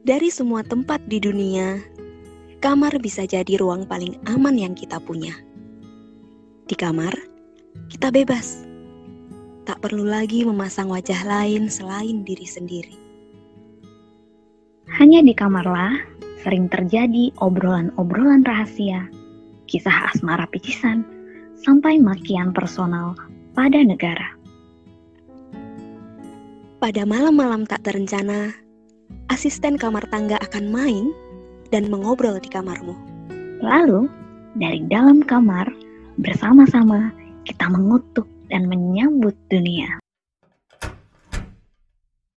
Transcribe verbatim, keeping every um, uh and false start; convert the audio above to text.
Dari semua tempat di dunia, kamar bisa jadi ruang paling aman yang kita punya. Di kamar, kita bebas. Tak perlu lagi memasang wajah lain selain diri sendiri. Hanya di kamarlah sering terjadi obrolan-obrolan rahasia, kisah asmara picisan, sampai makian personal pada negara. Pada malam-malam tak terencana, asisten kamar tangga akan main dan mengobrol di kamarmu. Lalu, dari dalam kamar, bersama-sama kita mengutuk dan menyambut dunia.